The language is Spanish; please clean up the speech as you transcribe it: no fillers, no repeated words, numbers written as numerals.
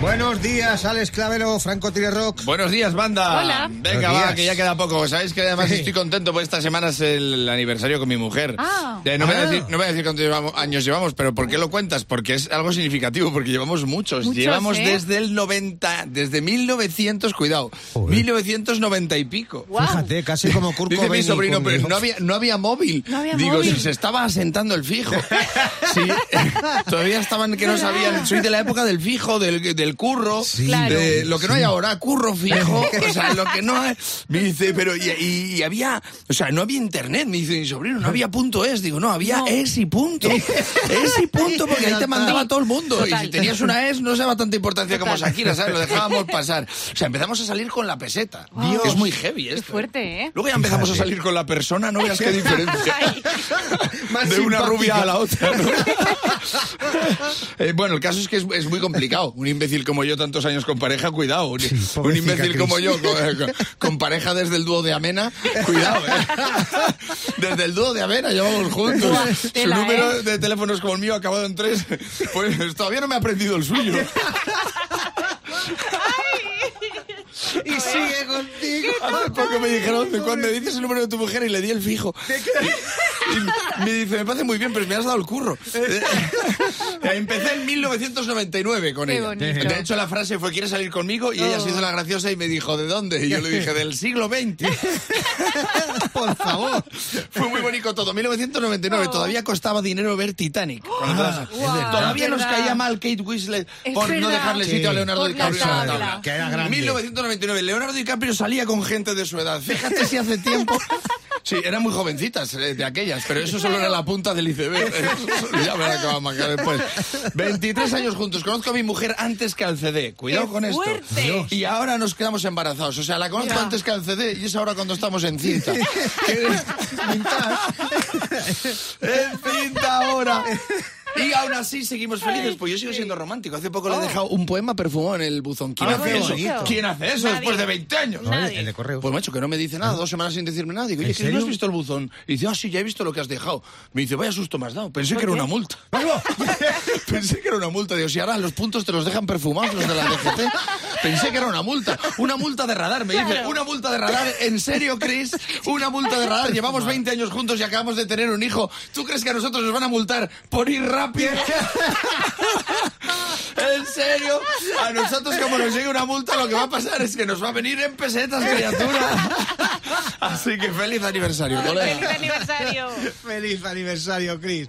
Buenos días, Alex Clavero, Franco Tire Rock. Buenos días, banda. Hola. Venga, va, que ya queda poco. Sabéis que además estoy contento porque esta semana es el aniversario con mi mujer. No voy a decir cuántos años llevamos, pero ¿por qué lo cuentas? Porque es algo significativo, porque llevamos muchos. Llevamos desde el 90, desde 1900, cuidado, 1990 y pico. Wow. Fíjate, casi como Kurt Dice mi Cobain. sobrino, pero no había móvil. No había Digo, móvil. si se estaba asentando el fijo. Sí, todavía estaban que no sabían. Soy de la época del fijo, del curro. Sí, Claro. De lo que no hay ahora, curro fijo, o sea, lo que no hay. Me dice, pero y había, o sea, no había internet, me dice mi sobrino, no había .es, digo, no, había es y punto. Es y punto, porque ahí te mandaba todo el mundo. Total. Y si tenías una no se daba tanta importancia como Shakira, ¿sabes? Lo dejábamos pasar. O sea, empezamos a salir con la peseta. Wow. Es muy heavy Qué esto. fuerte, ¿eh? Luego ya empezamos a salir con la persona, no veas qué diferencia. Ay. Más De una simpática. rubia a la otra, ¿no? Bueno, el caso es que es muy complicado. Un imbécil como yo, tantos años con pareja, cuidado. Un pobrecita imbécil Cris. como yo, con pareja desde el dúo de Amena, cuidado, ¿eh? Desde el dúo de Amena llevamos juntos. Buah, Su tela, número de teléfono es como el mío, acabado en 3. Pues todavía no me he aprendido el suyo. Y sigue contigo. Hace poco me dijeron, cuando me dices el número de tu mujer y le di el fijo. Y me dice, me parece muy bien, pero me has dado el curro. Empecé en 1999 con Qué ella. bonito. De hecho, la frase fue, ¿quieres salir conmigo? Y ella se hizo la graciosa y me dijo, ¿de dónde? Y yo le dije, del siglo XX. Por favor. Fue muy bonito todo. 1999, todavía costaba dinero ver Titanic. Todavía nos verdad. caía mal Kate Winslet Es por no verdad. dejarle sitio a Leonardo Por la DiCaprio en la tabla. tabla. Que era grande. 1999, Leonardo DiCaprio salía con gente de su edad. Fíjate si hace tiempo. Sí, eran muy jovencitas de aquellas, pero eso solo era la punta del iceberg. Ya me la acabamos acá después. 23 años juntos. Conozco a mi mujer antes que al CD. Cuidado ¡Qué con esto. fuerte! Dios. Y ahora nos quedamos embarazados. O sea, la conozco antes que al CD y es ahora cuando estamos en cinta. En cinta ahora. Y aún así seguimos felices, pues yo sigo siendo romántico. Hace poco le he dejado un poema perfumado en el buzón. ¿Quién hace qué eso? bonito. ¿Quién hace eso Nadie. después de 20 años? Nadie. El de correo. Pues macho, que no me dice nada, 2 semanas sin decirme nada. Digo, oye, ¿En ¿que no has serio? visto el buzón? Y dice, sí, ya he visto lo que has dejado. Me dice, vaya susto me has dado. Pensé que era una multa. Pensé que era una multa. Digo, si ahora los puntos te los dejan perfumados los de la DGT. Pensé que era una multa. Una multa de radar, me dice. Una multa de radar. ¿En serio, Chris? Una multa de radar. Llevamos 20 años juntos y acabamos de tener un hijo. ¿Tú crees que a nosotros nos van a multar por ir rápido? ¿En serio? A nosotros, como nos llegue una multa, lo que va a pasar es que nos va a venir en pesetas, criatura. Así que feliz aniversario, colega. ¡Feliz aniversario! Feliz aniversario, Chris.